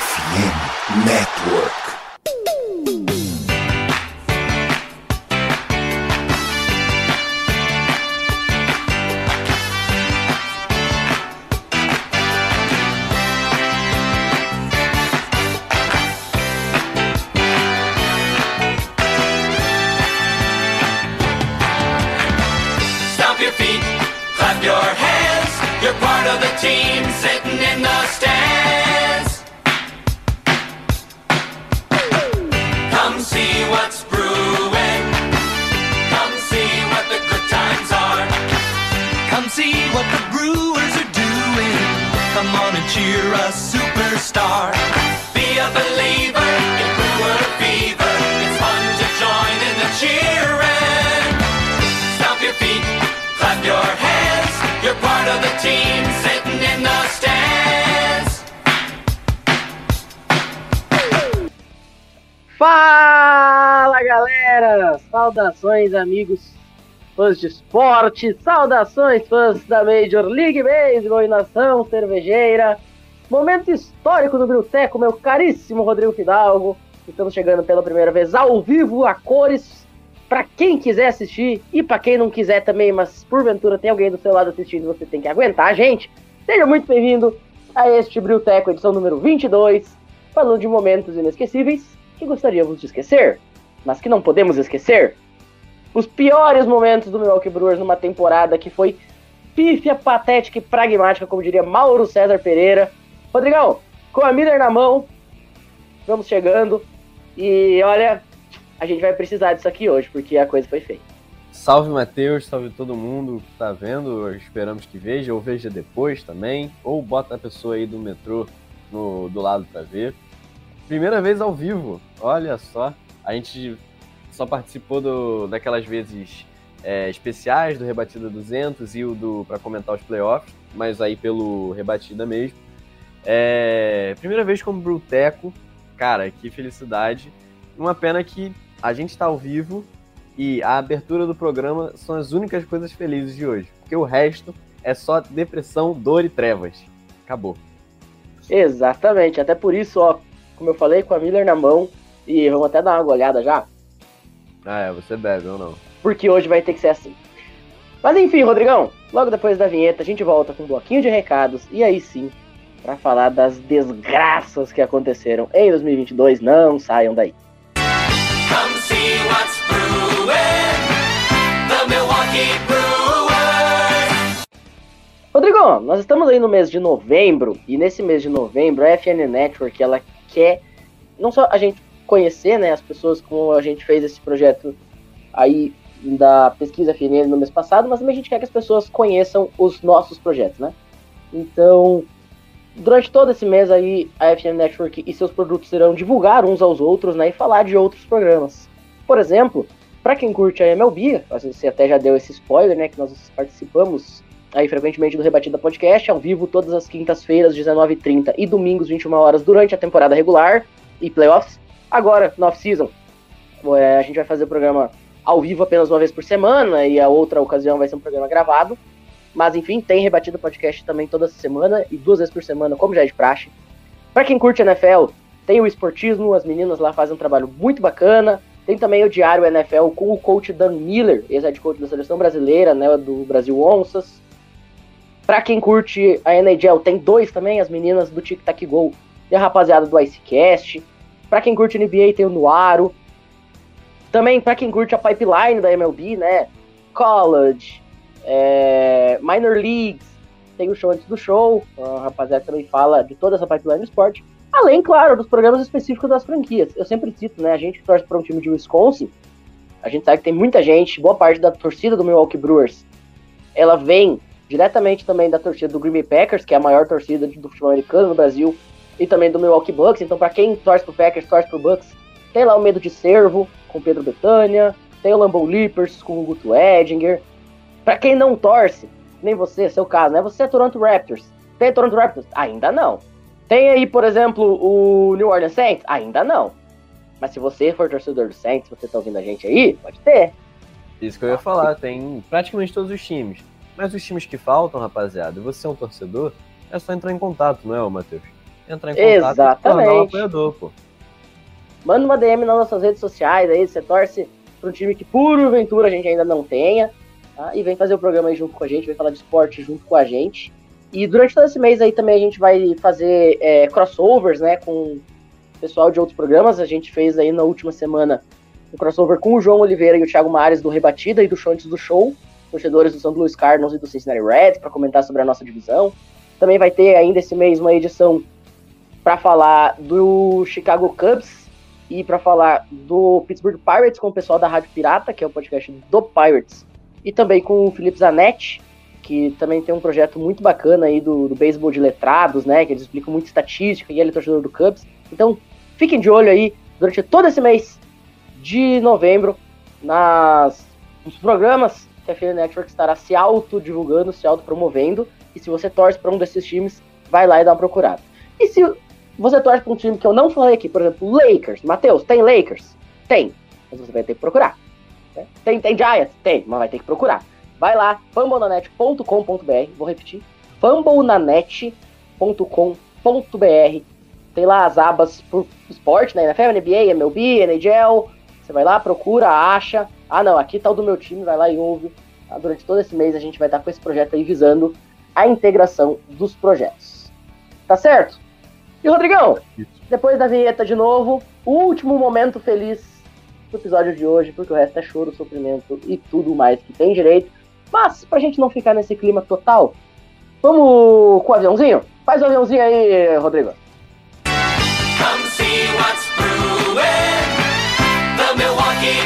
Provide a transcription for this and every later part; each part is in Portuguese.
FM Network. Team sitting in the stands. Come see what's brewing. Come see what the good times are. Come see what the Brewers are doing. Come on and cheer a superstar. Be a believer in Brewer fever. It's fun to join in the cheering. Stomp your feet, clap your hands. You're part of the team sitting in the stands. Fala, galera! Saudações, amigos fãs de esporte. Saudações, fãs da Major League Baseball e nação cervejeira. Momento histórico do Brewteco, meu caríssimo Rodrigo Fidalgo. Estamos chegando pela primeira vez ao vivo, a cores. Pra quem quiser assistir e pra quem não quiser também, mas porventura tem alguém do seu lado assistindo, você tem que aguentar a gente. Seja muito bem-vindo a este Brewteco, edição número 22, falando de momentos inesquecíveis que gostaríamos de esquecer, mas que não podemos esquecer. Os piores momentos do Milwaukee Brewers numa temporada que foi pífia, patética e pragmática, como diria Mauro César Pereira. Rodrigão, com a Miller na mão, vamos chegando e olha... A gente vai precisar disso aqui hoje, porque a coisa foi feia. Salve, Matheus, salve todo mundo que tá vendo. Esperamos que veja, ou veja depois também. Ou bota a pessoa aí do metrô do lado pra ver. Primeira vez ao vivo, olha só. A gente só participou daquelas vezes especiais do Rebatida 200 e o pra comentar os playoffs, mas aí pelo Rebatida mesmo. Primeira vez como Brewteco, cara, que felicidade. Uma pena que a gente está ao vivo e a abertura do programa são as únicas coisas felizes de hoje. Porque o resto é só depressão, dor e trevas. Acabou. Exatamente. Até por isso, ó, como eu falei, com a Miller na mão. E vamos até dar uma golhada já. Você bebe ou não? Porque hoje vai ter que ser assim. Mas enfim, Rodrigão, logo depois da vinheta a gente volta com um bloquinho de recados. E aí sim, para falar das desgraças que aconteceram em 2022. Não saiam daí. Come see what's brewing, the Milwaukee Brewers. Rodrigo, nós estamos aí no mês de novembro, e nesse mês de novembro a FN Network, ela quer não só a gente conhecer, né, as pessoas como a gente fez esse projeto aí da pesquisa FNN no mês passado, mas também a gente quer que as pessoas conheçam os nossos projetos, né? Então, durante todo esse mês aí, a FM Network e seus produtos irão divulgar uns aos outros, né, e falar de outros programas. Por exemplo, para quem curte a MLB, você até já deu esse spoiler, né, que nós participamos aí frequentemente do Rebatida Podcast, ao vivo todas as quintas-feiras, 19h30 e domingos, 21 horas, durante a temporada regular e playoffs. Agora, no off-season, a gente vai fazer o programa ao vivo apenas uma vez por semana, e a outra ocasião vai ser um programa gravado. Mas enfim, tem Rebatida Podcast também toda semana e 2 vezes por semana, como já é de praxe. Pra quem curte NFL, tem o Esportismo, as meninas lá fazem um trabalho muito bacana. Tem também o Diário NFL com o coach Dan Miller, ex-head coach da seleção brasileira, né, do Brasil Onças. Pra quem curte a NHL, tem 2 também, as meninas do Tic Tac Go e a rapaziada do Icecast. Pra quem curte NBA, tem o Nuaro. Também pra quem curte a pipeline da MLB, né, College... Minor Leagues, tem o show antes do show, a rapaziada também fala de toda essa pipeline do esporte, além, claro, dos programas específicos das franquias. Eu sempre cito, né, a gente que torce para um time de Wisconsin, a gente sabe que tem muita gente, boa parte da torcida do Milwaukee Brewers, ela vem diretamente também da torcida do Green Bay Packers, que é a maior torcida do futebol americano no Brasil, e também do Milwaukee Bucks. Então, para quem torce pro Packers, torce pro Bucks, tem lá o Medo de Cervo, com o Pedro Betânia, tem o Lambeau Leapers, com o Guto Edinger. Pra quem não torce, nem você, seu caso, né? Você é Toronto Raptors. Tem Toronto Raptors? Ainda não. Tem aí, por exemplo, o New Orleans Saints? Ainda não. Mas se você for torcedor do Saints, você tá ouvindo a gente aí, pode ter. Isso que eu ia falar, tem praticamente todos os times. Mas os times que faltam, rapaziada, e você é um torcedor, é só entrar em contato, não é, Matheus? entrar em contato e se tornar um Exatamente. apoiador, pô. Manda uma DM nas nossas redes sociais aí, você torce para um time que porventura a gente ainda não tenha, tá? E vem fazer o programa aí junto com a gente, vem falar de esporte junto com a gente. E durante todo esse mês aí também a gente vai fazer crossovers, né, com o pessoal de outros programas. A gente fez aí na última semana um crossover com o João Oliveira e o Thiago Mares do Rebatida e do Show Antes do Show, torcedores do St. Louis Cardinals e do Cincinnati Reds, para comentar sobre a nossa divisão. Também vai ter ainda esse mês uma edição para falar do Chicago Cubs e para falar do Pittsburgh Pirates com o pessoal da Rádio Pirata, que é o podcast do Pirates, e também com o Felipe Zanetti, que também tem um projeto muito bacana aí do beisebol de letrados, né, que eles explicam muito estatística, e ele é torcedor do Cubs. Então, fiquem de olho aí durante todo esse mês de novembro nos programas que a FN Network estará se autodivulgando, se autopromovendo, e se você torce para um desses times, vai lá e dá uma procurada. E se você torce para um time que eu não falei aqui, por exemplo, Lakers. Matheus, tem Lakers? Tem, mas você vai ter que procurar. Né? Tem Giants? Tem, mas vai ter que procurar. Vai lá, fumblenanet.com.br, vou repetir, fumblenanet.com.br. Tem lá as abas por esporte, né? NFL, NBA, MLB, NHL. Você vai lá, procura, acha. Ah, não, aqui tá o do meu time, vai lá e ouve. Tá? Durante todo esse mês a gente vai estar com esse projeto aí visando a integração dos projetos. Tá certo? E Rodrigão, depois da vinheta de novo, o último momento feliz do episódio de hoje, porque o resto é choro, sofrimento e tudo mais que tem direito. Mas, pra gente não ficar nesse clima total, vamos com o aviãozinho? Faz o aviãozinho aí, Rodrigo. Come see what's brewing. The Milwaukee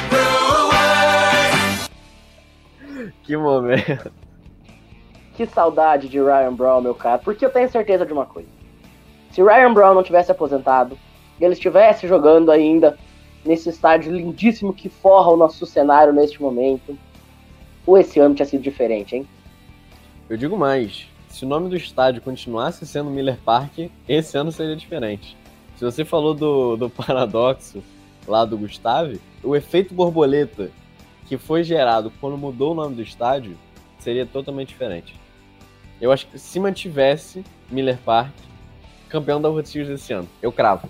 Brewers. Que momento. Que saudade de Ryan Braun, meu cara. Porque eu tenho certeza de uma coisa. Se Ryan Braun não tivesse aposentado, e ele estivesse jogando ainda nesse estádio lindíssimo que forra o nosso cenário neste momento, esse ano tinha sido diferente, hein? Eu digo mais, se o nome do estádio continuasse sendo Miller Park, esse ano seria diferente. Se você falou do paradoxo lá do Gustavo, o efeito borboleta que foi gerado quando mudou o nome do estádio seria totalmente diferente. Eu acho que se mantivesse Miller Park, campeão da World Series esse ano. Eu cravo.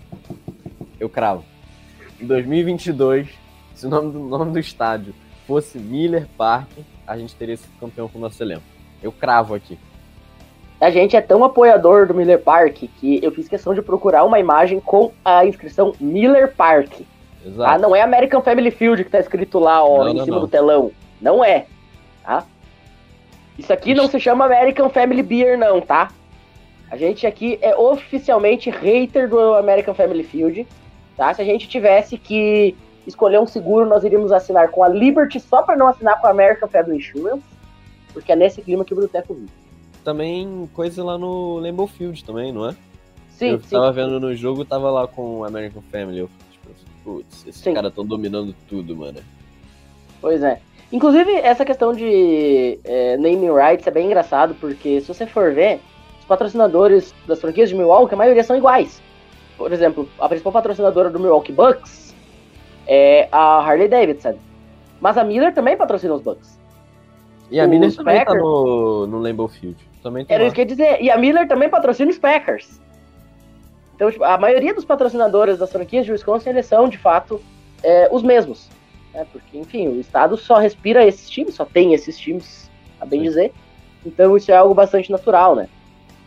Em 2022, se o nome do estádio fosse Miller Park, a gente teria sido campeão com o nosso elenco. Eu cravo aqui. A gente é tão apoiador do Miller Park que eu fiz questão de procurar uma imagem com a inscrição Miller Park. Exato. Ah, não é American Family Field que tá escrito lá, ó, em cima do telão. Não é, tá? Isso aqui não se chama American Family Beer, não, tá? A gente aqui é oficialmente hater do American Family Field, tá? Se a gente tivesse que escolher um seguro, nós iríamos assinar com a Liberty só para não assinar com a American Family Insurance, porque é nesse clima que o Bruteco vive. Também coisa lá no Lambeau Field também, não é? Sim, eu tava vendo no jogo, tava lá com o American Family. Eu tipo, putz, esses caras tão dominando tudo, mano. Pois é. Inclusive, essa questão de naming rights é bem engraçado, porque se você for ver, os patrocinadores das franquias de Milwaukee, a maioria são iguais. Por exemplo, a principal patrocinadora do Milwaukee Bucks é a Harley Davidson. Mas a Miller também patrocina os Bucks. E a Miller também tá no Lambeau Field. Também tá. Era isso que eu ia dizer. E a Miller também patrocina os Packers. Então, tipo, a maioria dos patrocinadores das franquias de Wisconsin, eles são, de fato, os mesmos. Né? Porque, enfim, o estado só respira esses times, só tem esses times, a bem dizer. Então, isso é algo bastante natural, né?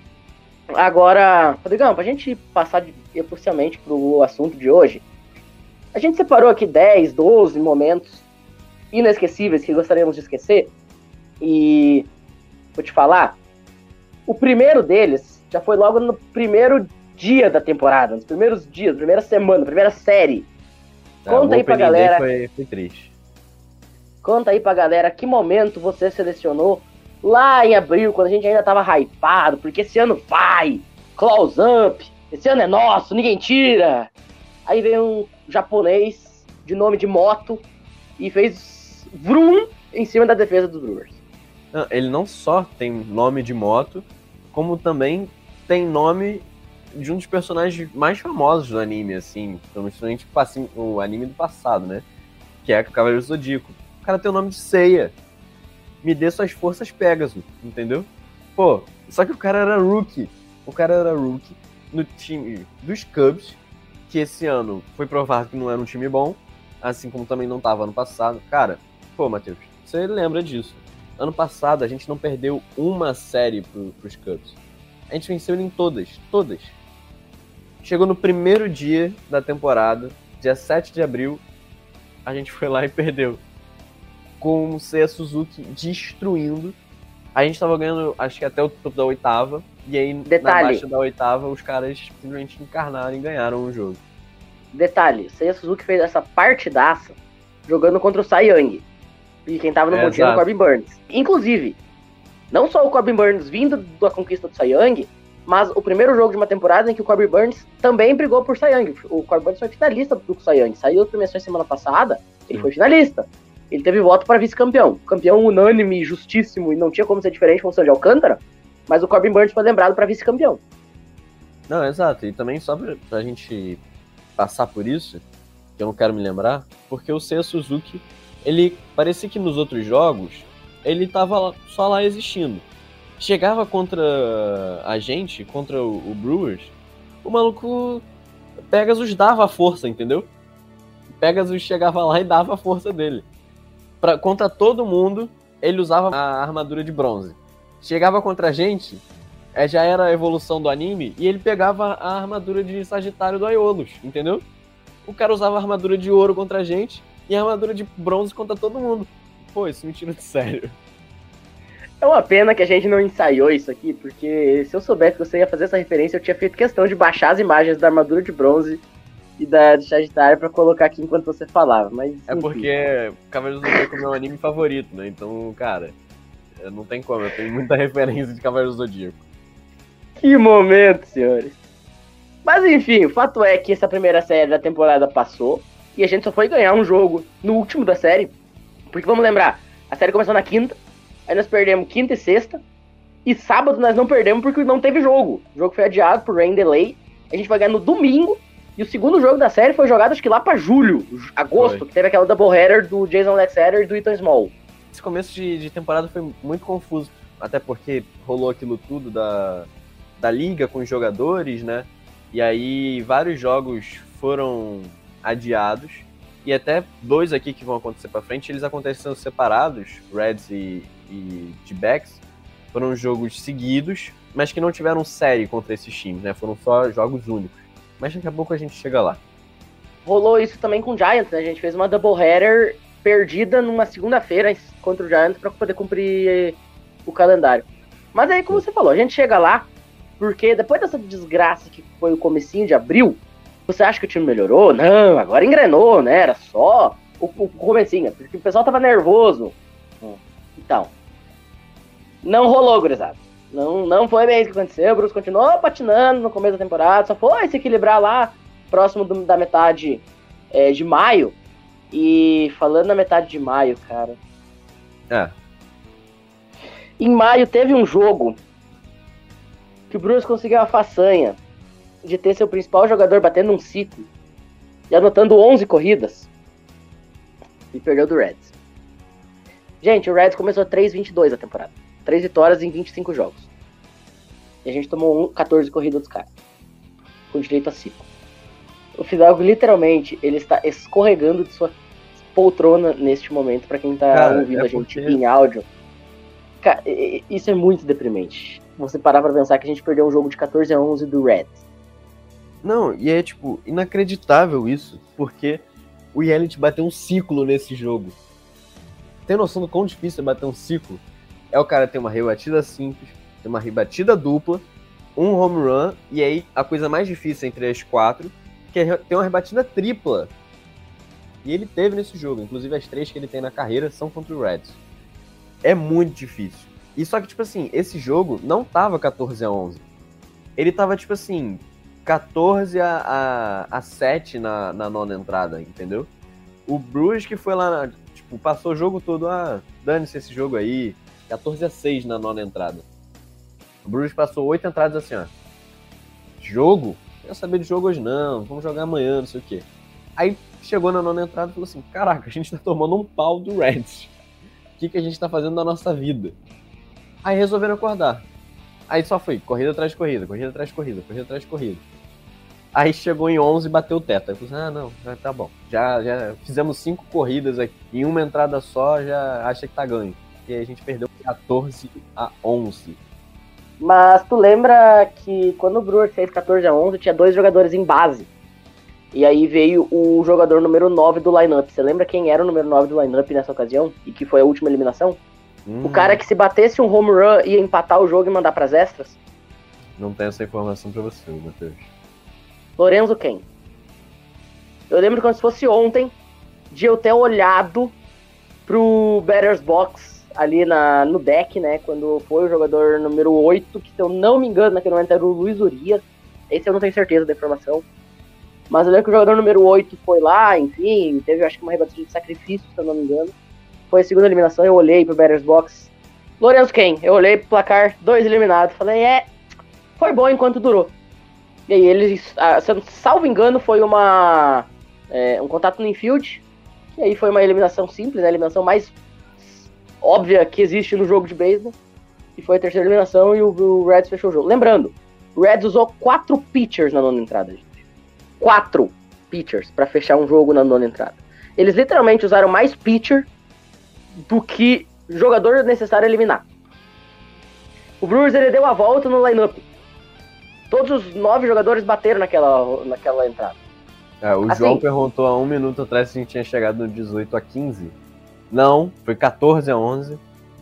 Agora, Rodrigão, pra gente passar oficialmente pro assunto de hoje, a gente separou aqui 10, 12 momentos inesquecíveis que gostaríamos de esquecer. E vou te falar, o primeiro deles já foi logo no primeiro dia da temporada, nos primeiros dias, primeira semana, primeira série. Conta aí pra galera. Foi triste. Conta aí pra galera que momento você selecionou lá em abril, quando a gente ainda tava hypado, porque esse ano vai, close up, esse ano é nosso, ninguém tira. Aí veio um japonês de nome de moto e fez vroom em cima da defesa dos Brewers. Não, ele não só tem nome de moto, como também tem nome de um dos personagens mais famosos do anime, assim, principalmente o anime do passado, né? Que é o Cavaleiro Zodíaco. O cara tem o nome de Seiya. Me dê suas forças Pegasus, entendeu? Pô, só que o cara era rookie. no time dos Cubs, que esse ano foi provado que não era um time bom, assim como também não estava ano passado. Cara, pô, Matheus, você lembra disso. Ano passado a gente não perdeu uma série pros Cubs. A gente venceu ele em todas. Chegou no primeiro dia da temporada, dia 7 de abril, a gente foi lá e perdeu. Com o Seiya Suzuki destruindo. A gente tava ganhando, acho que até o topo da oitava. E aí, na baixa da oitava, os caras simplesmente encarnaram e ganharam o jogo. Detalhe, Seiya Suzuki fez essa partidaça jogando contra o Cy Young. E quem tava no monte era o Corbin Burns. Inclusive, não só o Corbin Burns vindo da conquista do Cy Young, mas o primeiro jogo de uma temporada em que o Corbin Burns também brigou por Cy Young. O Corbin Burns foi finalista do Cy Young. Saiu das premiações semana passada, ele foi finalista. Ele teve voto para vice-campeão. Campeão unânime, justíssimo, e não tinha como ser diferente com o Sandy Alcântara, mas o Corbin Burns foi lembrado para vice-campeão. Não, exato. E também só pra gente passar por isso, que eu não quero me lembrar, porque o Seiya Suzuki, ele parecia que nos outros jogos, ele tava só lá existindo. Chegava contra a gente, contra o Brewers, o maluco Pegasus dava a força, entendeu? Pegasus chegava lá e dava a força dele. Contra todo mundo, ele usava a armadura de bronze. Chegava contra a gente, já era a evolução do anime, e ele pegava a armadura de Sagitário do Aiolos, entendeu? O cara usava a armadura de ouro contra a gente e a armadura de bronze contra todo mundo. Pô, isso me tira de sério. É uma pena que a gente não ensaiou isso aqui, porque se eu soubesse que você ia fazer essa referência, eu tinha feito questão de baixar as imagens da armadura de bronze e da de Sagitário pra colocar aqui enquanto você falava, mas... É enfim. Porque Cavaleiros do Zodíaco é o meu anime favorito, né? Então, cara, não tem como, eu tenho muita referência de Cavaleiros do Zodíaco. Que momento, senhores. Mas enfim, o fato é que essa primeira série da temporada passou e a gente só foi ganhar um jogo no último da série, porque vamos lembrar, a série começou na quinta, aí nós perdemos quinta e sexta, e sábado nós não perdemos porque não teve jogo. O jogo foi adiado por rain delay, a gente vai ganhar no domingo, e o segundo jogo da série foi jogado acho que lá pra julho, agosto, que teve aquela doubleheader do Jason Alexander e do Ethan Small. Esse começo de temporada foi muito confuso, até porque rolou aquilo tudo da liga com os jogadores, né? E aí vários jogos foram adiados, e até dois aqui que vão acontecer pra frente, eles aconteceram separados, Reds e D-Backs, foram jogos seguidos, mas que não tiveram série contra esses times, né? Foram só jogos únicos. Mas daqui a pouco a gente chega lá. Rolou isso também com o Giants, né? A gente fez uma doubleheader perdida numa segunda-feira contra o Giants pra poder cumprir o calendário. Mas aí, como você falou, a gente chega lá, porque depois dessa desgraça que foi o comecinho de abril, você acha que o time melhorou? Não, agora engrenou, né? Era só o comecinho, porque o pessoal tava nervoso. Então, não rolou, gurizada. Não foi bem isso que aconteceu. O Bruce continuou patinando no começo da temporada, só foi se equilibrar lá, próximo da metade de maio. E falando na metade de maio, cara... Em maio teve um jogo que o Bruce conseguiu a façanha de ter seu principal jogador batendo um ciclo e anotando 11 corridas e perdeu do Reds. Gente, o Reds começou 3-22 a temporada. 3 vitórias em 25 jogos. E a gente tomou 14 corridas dos caras. Com direito a ciclo. O Fidalgo, literalmente, ele está escorregando de sua poltrona neste momento, pra quem tá ouvindo a gente em áudio. Cara, isso é muito deprimente. Você parar pra pensar que a gente perdeu um jogo de 14-11 do Reds. Não, e é, tipo, inacreditável isso, porque o Yelich bateu um ciclo nesse jogo. Tem noção do quão difícil é bater um ciclo? É o cara ter uma rebatida simples, ter uma rebatida dupla, um home run, e aí a coisa mais difícil entre as quatro, que é ter uma rebatida tripla. E ele teve nesse jogo, inclusive as 3 que ele tem na carreira são contra o Reds. É muito difícil. E só que, tipo assim, esse jogo não tava 14-11. Ele tava, tipo assim, 14-7 na nona entrada, entendeu? O Brewers que foi lá, tipo, passou o jogo todo, dane-se esse jogo aí, 14-6 na nona entrada. O Brewers passou 8 entradas assim, ó. Jogo? Não quero saber de jogo hoje não, vamos jogar amanhã, não sei o quê. Aí chegou na nona entrada e falou assim, caraca, a gente tá tomando um pau do Reds. O que a gente tá fazendo na nossa vida? Aí resolveram acordar. Aí só foi corrida atrás de corrida, corrida atrás de corrida, corrida atrás de corrida. Aí chegou em 11 e bateu o teto. Aí eu falei, não, tá bom. Já fizemos 5 corridas aqui. Em uma entrada só, já acha que tá ganho. E aí a gente perdeu 14-11. Mas tu lembra que quando o Brewers fez 14-11, tinha 2 jogadores em base. E aí veio o jogador número 9 do lineup. Você lembra quem era o número 9 do lineup nessa ocasião? E que foi a última eliminação? O cara que se batesse um home run ia empatar o jogo e mandar pras extras? Não tenho essa informação pra você, Matheus. Lorenzo Ken. Eu lembro como se fosse ontem de eu ter olhado pro batter's box ali no deck, né? Quando foi o jogador número 8, que se eu não me engano naquele momento era o Luiz Urias. Esse eu não tenho certeza da informação. Mas eu lembro que o jogador número 8 foi lá, enfim, teve acho que uma rebatida de sacrifício, se eu não me engano. Foi a segunda eliminação, eu olhei pro batter's box. Lorenzo Ken, eu olhei pro placar, 2 eliminados. Falei, foi bom enquanto durou. E aí eles, salvo engano, foi um contato no infield. E aí foi uma eliminação simples, né? A eliminação mais óbvia que existe no jogo de beisebol. E foi a terceira eliminação e o Reds fechou o jogo. Lembrando, o Reds usou 4 pitchers na nona entrada, gente. 4 pitchers pra fechar um jogo na nona entrada. Eles literalmente usaram mais pitcher do que jogador necessário eliminar. O Brewers, ele deu a volta no lineup. Todos os 9 jogadores bateram naquela entrada. O João perguntou há 1 minuto atrás se a gente tinha chegado no 18-15. Não, foi 14-11.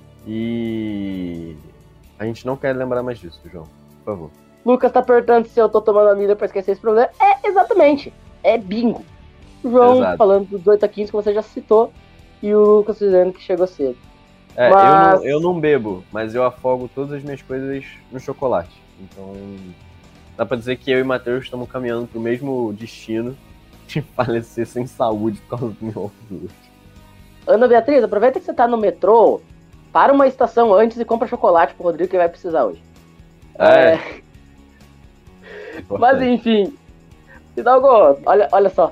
E a gente não quer lembrar mais disso, João. Por favor. Lucas tá perguntando se eu tô tomando a milha pra esquecer esse problema. Exatamente. É bingo. O João falando do 18-15 que você já citou. E o Lucas dizendo que chegou cedo. Eu não bebo, mas eu afogo todas as minhas coisas no chocolate. Então, dá pra dizer que eu e o Matheus estamos caminhando pro mesmo destino de falecer sem saúde por causa do meu ovo. Ana Beatriz, aproveita que você tá no metrô, para uma estação antes e compra chocolate pro Rodrigo que vai precisar hoje. Mas enfim, Hidalgo, olha só.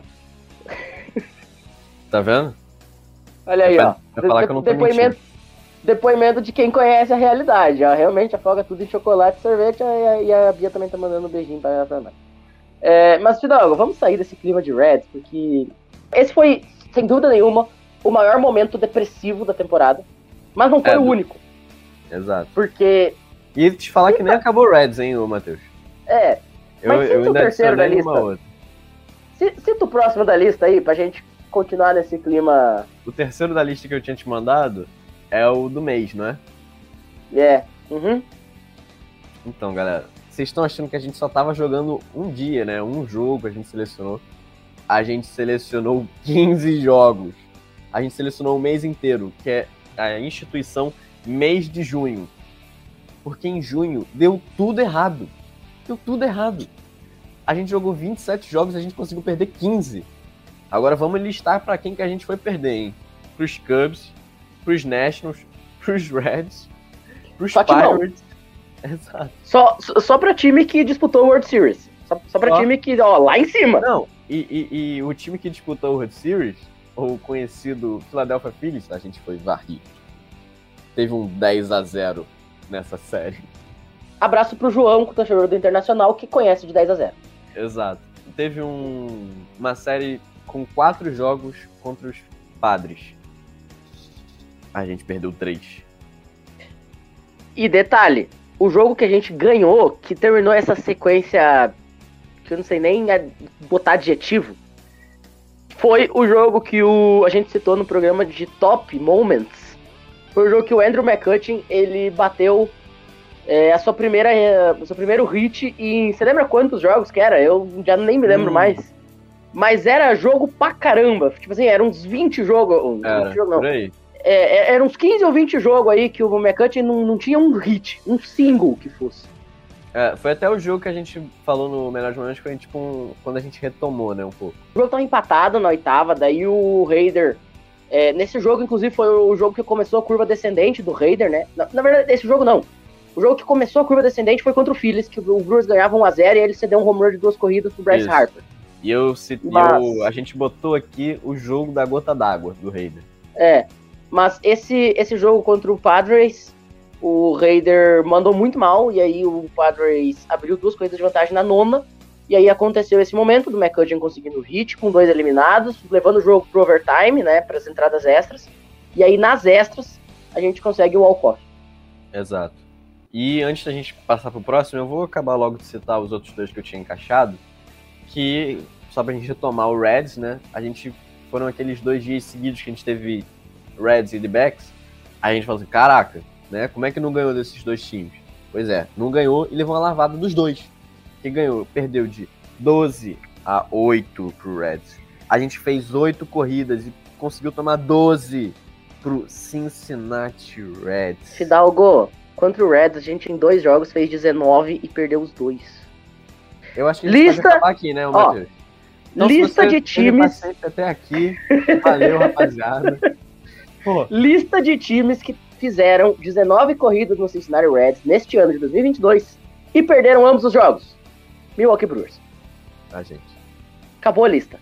Tá vendo? Olha aí, ó. Vai falar que eu não tô mentindo. Depoimento de quem conhece a realidade. Ó. Realmente afoga tudo em chocolate e sorvete. E a Bia também tá mandando um beijinho pra nós. Mas, Fidalgo, vamos sair desse clima de Reds, porque esse foi, sem dúvida nenhuma, o maior momento depressivo da temporada. Mas não foi o único. Exato. Porque... E te falar que nem acabou o Reds, hein, Matheus? Mas cita o terceiro da lista. Cita o próximo da lista aí, pra gente continuar nesse clima... O terceiro da lista que eu tinha te mandado é o do mês, não é? Então, galera, vocês estão achando que a gente só tava jogando um dia, né? Um jogo a gente selecionou. A gente selecionou 15 jogos. A gente selecionou o mês inteiro, que é a instituição mês de junho. Porque em junho deu tudo errado. A gente jogou 27 jogos e a gente conseguiu perder 15. Agora vamos listar pra quem que a gente foi perder, hein? Pros Cubs, pros Nationals, pros Reds, pros Pirates. Exato. Só pra time que disputou o World Series. Só pra time que, lá em cima. Não, e o time que disputou o World Series, o conhecido Philadelphia Phillies, a gente foi varrido. Teve um 10-0 nessa série. Abraço pro João, torcedor do Internacional, que conhece de 10-0. Exato. Teve uma série com 4 jogos contra os Padres. A gente perdeu 3. E detalhe, o jogo que a gente ganhou, que terminou essa sequência, que eu não sei nem botar adjetivo, foi o jogo que a gente citou no programa de Top Moments. Foi o jogo que o Andrew McCutchen, ele bateu seu primeiro hit em... Você lembra quantos jogos que era? Eu já nem me lembro mais. Mas era jogo pra caramba. Tipo assim, eram uns 20 jogos. Por aí. Eram uns 15 ou 20 jogos aí que o McCutchen não tinha um hit, um single que fosse. Foi até o jogo que a gente falou no Melhores Momentos, foi tipo quando a gente retomou, né, um pouco. O jogo tava empatado na 8ª, daí o Raider... nesse jogo, inclusive, foi o jogo que começou a curva descendente do Raider, né? Na verdade, esse jogo não. O jogo que começou a curva descendente foi contra o Phillies, que o Brewers ganhava 1-0 e ele cedeu um home run de 2 corridas pro Bryce Harper. E a gente botou aqui o jogo da gota d'água do Raider. Mas esse jogo contra o Padres, o Raider mandou muito mal, e aí o Padres abriu 2 corridas de vantagem na nona, e aí aconteceu esse momento do McCutcheon conseguindo o hit, com 2 eliminados, levando o jogo pro overtime, né, para as entradas extras, e aí nas extras a gente consegue o walk-off. Exato. E antes da gente passar pro próximo, eu vou acabar logo de citar os outros 2 que eu tinha encaixado, que, só pra gente retomar o Reds, né, foram aqueles 2 dias seguidos que a gente teve Reds e D-backs, aí a gente falou assim, caraca, né, como é que não ganhou desses 2 times? Pois é, não ganhou e levou uma lavada dos 2. Que ganhou, perdeu de 12-8 pro Reds. A gente fez 8 corridas e conseguiu tomar 12 pro Cincinnati Reds. Fidalgo, contra o Reds, a gente em 2 jogos fez 19 e perdeu os 2. Eu acho que a gente pode acabar aqui, né, Matheus? Então, lista de times... Até aqui, valeu, rapaziada. Pô. Lista de times que fizeram 19 corridas no Cincinnati Reds neste ano de 2022 e perderam ambos os jogos. Milwaukee Brewers. Gente. Acabou a lista.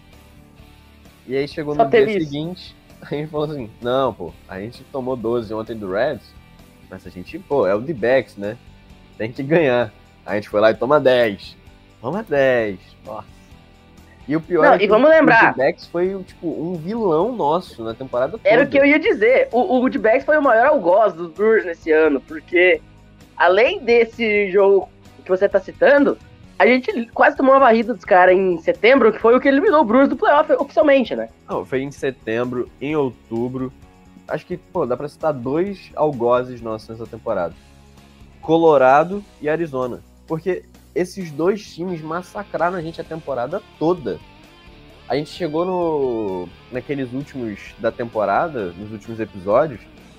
E aí chegou no dia seguinte, a gente falou assim, não, pô, a gente tomou 12 ontem do Reds, mas a gente, pô, é o D-backs, né? Tem que ganhar. A gente foi lá e toma 10. Toma 10. Nossa. E o pior é que vamos lembrar, o D-backs foi, tipo, um vilão nosso na temporada toda. Era o que eu ia dizer. O D-backs foi o maior algoz dos Brewers nesse ano, porque além desse jogo que você tá citando, a gente quase tomou uma varrida dos caras em setembro, que foi o que eliminou o Brewers do playoff oficialmente, né? Não, foi em setembro, em outubro. Acho que, pô, dá pra citar 2 algozes nossos nessa temporada. Colorado e Arizona. Porque esses 2 times massacraram a gente a temporada toda. A gente chegou naqueles últimos da temporada, nos últimos episódios,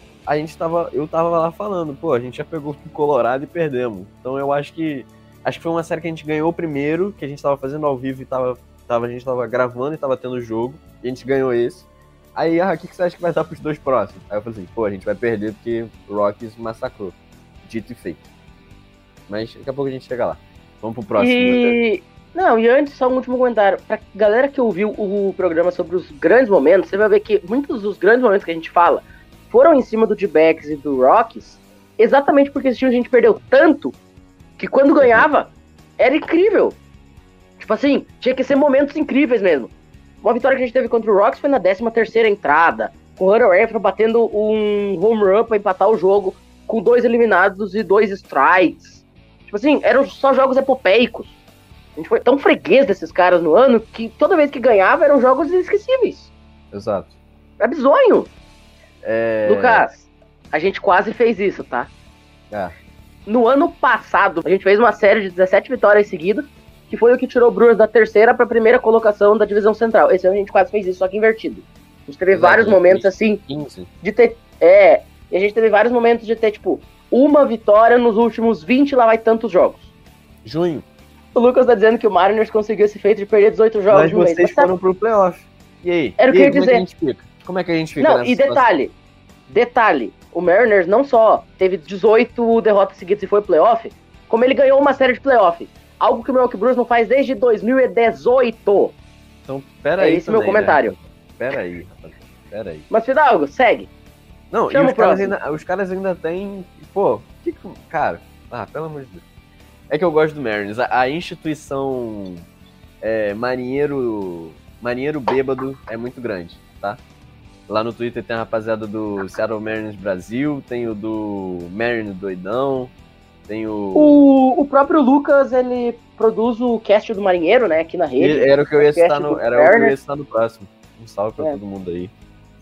eu tava lá falando, pô, a gente já pegou o Colorado e perdemos. Então eu acho que foi uma série que a gente ganhou primeiro, que a gente tava fazendo ao vivo e a gente tava gravando e tava tendo jogo, e a gente ganhou esse. Aí, o que você acha que vai dar pros 2 próximos? Aí eu falei assim, pô, a gente vai perder porque o Rockies massacrou. Dito e feito. Mas daqui a pouco a gente chega lá. Vamos pro próximo. E antes, só um último comentário. Pra galera que ouviu o programa sobre os grandes momentos, você vai ver que muitos dos grandes momentos que a gente fala foram em cima do D-backs e do Rockies, exatamente porque esse time a gente perdeu tanto que quando ganhava, era incrível. Tipo assim, tinha que ser momentos incríveis mesmo. Uma vitória que a gente teve contra o Rocks foi na 13ª entrada, com o Hunter Renfroe batendo um home run pra empatar o jogo, com 2 eliminados e 2 strikes. Tipo assim, eram só jogos epopeicos. A gente foi tão freguês desses caras no ano, que toda vez que ganhava, eram jogos inesquecíveis. Exato. É bizonho. Lucas, a gente quase fez isso, tá? No ano passado, a gente fez uma série de 17 vitórias seguidas, que foi o que tirou o Brewers da 3ª para a 1ª colocação da divisão central. Esse ano a gente quase fez isso, só que invertido. A gente teve vários momentos assim, 15. de ter... e a gente teve vários momentos de ter, tipo, uma vitória nos últimos 20 lá vai tantos jogos. Junho. O Lucas tá dizendo que o Mariners conseguiu esse feito de perder 18 jogos mas no mês. Mas vocês foram pro playoff. E aí? Era o que eu ia dizer. Como é que a gente fica Não, nessa e detalhe, o Mariners não só teve 18 derrotas seguidas e foi playoff, como ele ganhou uma série de playoff. Algo que o Milwaukee Brewers não faz desde 2018. Então, pera aí. É esse meu comentário. Né? Pera aí, rapaz. Pera aí. Mas, Fidalgo, segue. Não, chama e os caras ainda têm... Pô, cara... pelo amor de Deus. É que eu gosto do Mariners. A instituição marinheiro bêbado é muito grande, tá? Lá no Twitter tem a rapaziada do Seattle Mariners Brasil, tem o do Mariners Doidão, tem o próprio Lucas, ele produz o cast do Marinheiro, né, aqui na rede. Era o que eu ia citar no próximo. Um salve pra todo mundo aí.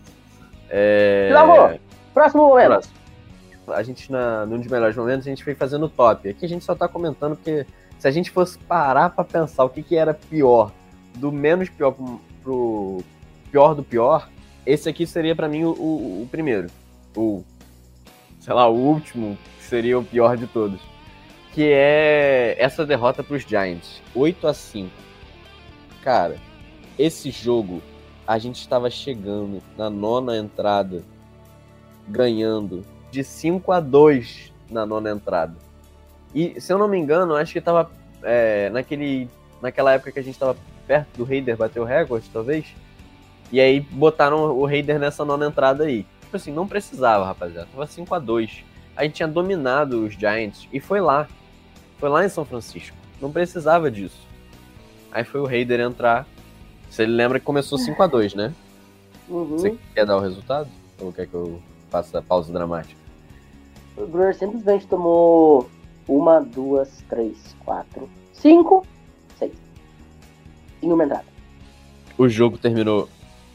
Próximo momento. A gente, num dos melhores momentos, a gente foi fazendo top. Aqui a gente só tá comentando porque se a gente fosse parar pra pensar o que era pior, do menos pior pro pior do pior, esse aqui seria pra mim o primeiro. O último, que seria o pior de todos. Que é essa derrota pros Giants. 8-5. Cara, esse jogo, a gente estava chegando na 9ª entrada, ganhando de 5-2 na 9ª entrada. E, se eu não me engano, acho que tava naquela época que a gente tava perto do Raider bater o recorde, talvez. E aí botaram o Raider nessa 9ª entrada aí. Tipo assim, não precisava, rapaziada. Tava 5-2. A gente tinha dominado os Giants e foi lá. Foi lá em São Francisco. Não precisava disso. Aí foi o Raider entrar. Você lembra que começou 5-2, né? Uhum. Você quer dar o resultado? Ou quer que eu faça a pausa dramática? O Brewers simplesmente tomou 1, 2, 3, 4, 5, 6. Em uma entrada. O jogo terminou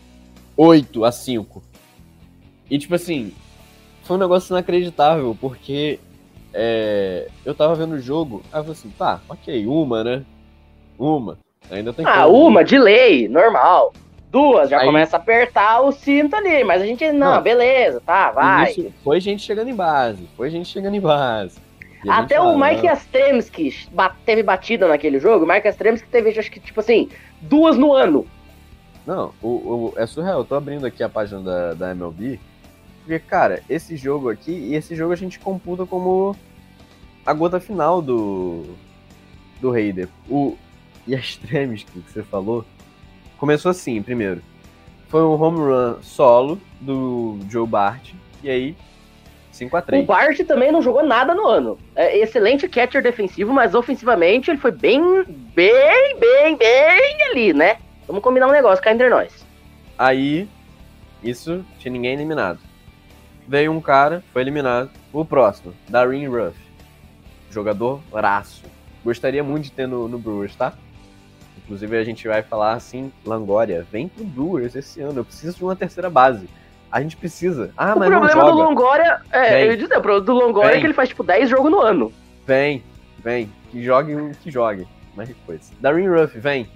8-5. E tipo assim, foi um negócio inacreditável, porque eu tava vendo o jogo, aí eu falei assim, tá, ok, uma, né? Uma. Ainda tem uma, de lei, normal. 2, já Aí- começa a apertar o cinto ali, mas a gente, não, beleza, tá, vai. Isso foi gente chegando em base. E a Até gente o lá, Mike Yastrzemski teve batida naquele jogo. O Mike Yastrzemski teve, acho que, tipo assim, 2 no ano. Não, é surreal. Eu tô abrindo aqui a página da MLB. Porque, cara, esse jogo aqui, e esse jogo a gente computa como a gota final do Raider. O Yastrzemski, que você falou, começou assim, primeiro. Foi um home run solo do Joe Bart, e aí, 5-3. O Bart também não jogou nada no ano. É excelente catcher defensivo, mas ofensivamente ele foi bem ali, né? Vamos combinar um negócio cá entre nós. Aí, isso, tinha ninguém eliminado. Veio um cara, foi eliminado. O próximo, Darin Ruf. Jogador raço. Gostaria muito de ter no Brewers, tá? Inclusive a gente vai falar assim, Langória, vem pro Brewers esse ano, eu preciso de uma terceira base. A gente precisa. Ah, O mas não problema do joga. Longoria, Vem. eu ia dizer, o problema do Longoria Vem. é que ele faz tipo 10 jogos no ano. Vem. Que jogue. Mais coisa. Darin Ruf, vem.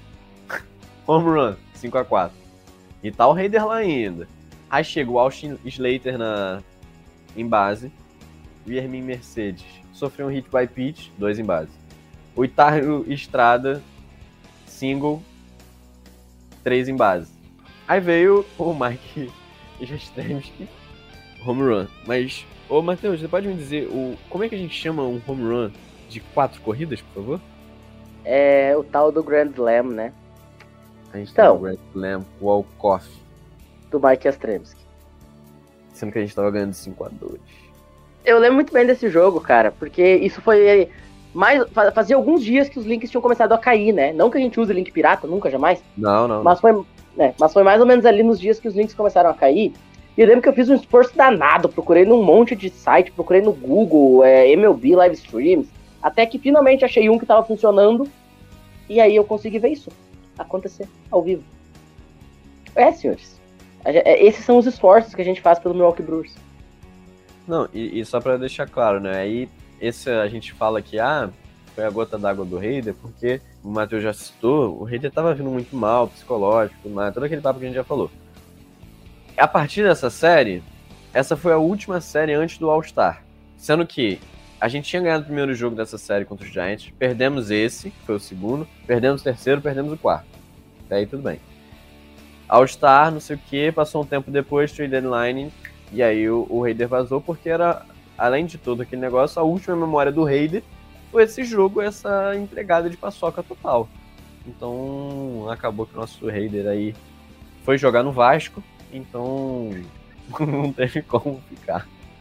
Home run, 5-4. E tá o Raider lá ainda. Aí chega o Austin Slater em base. O Yermin Mercedes sofreu um hit by pitch, 2 em base. O Itário Estrada, single, 3 em base. Aí veio o Mike Yastrzemski, home run. Mas, ô Matheus, você pode me dizer como é que a gente chama um home run de 4 corridas, por favor? É o tal do Grand Slam, né? A gente Então. tem o Grand Slam walk-off, Do Mike Yastrzemski. sendo que a gente tava ganhando 5-2. Eu lembro muito bem desse jogo, cara, porque isso foi fazia alguns dias que os links tinham começado a cair, né? Não que a gente use link pirata, nunca, jamais. Não. Mas foi mais ou menos ali nos dias que os links começaram a cair. E eu lembro que eu fiz um esforço danado, procurei num monte de site, procurei no Google, MLB Live Streams, até que finalmente achei um que tava funcionando, e aí eu consegui ver isso acontecer ao vivo. Senhores, esses são os esforços que a gente faz pelo Milwaukee Brewers. Não, e só pra deixar claro, né? Aí a gente fala que foi a gota d'água do Raider, porque o Matheus já citou, o Raider tava vindo muito mal, psicológico, todo aquele papo que a gente já falou. A partir dessa série, essa foi a última série antes do All-Star. Sendo que a gente tinha ganhado o primeiro jogo dessa série contra os Giants, perdemos esse, que foi o segundo, perdemos o terceiro, perdemos o quarto. Até aí tudo bem. All-Star, não sei o que, passou um tempo depois, trade deadline, e aí o Raider vazou, porque era, além de todo aquele negócio, a última memória do Raider foi esse jogo, essa entregada de paçoca total. Então, acabou que o nosso Raider aí foi jogar no Vasco, então não teve como ficar.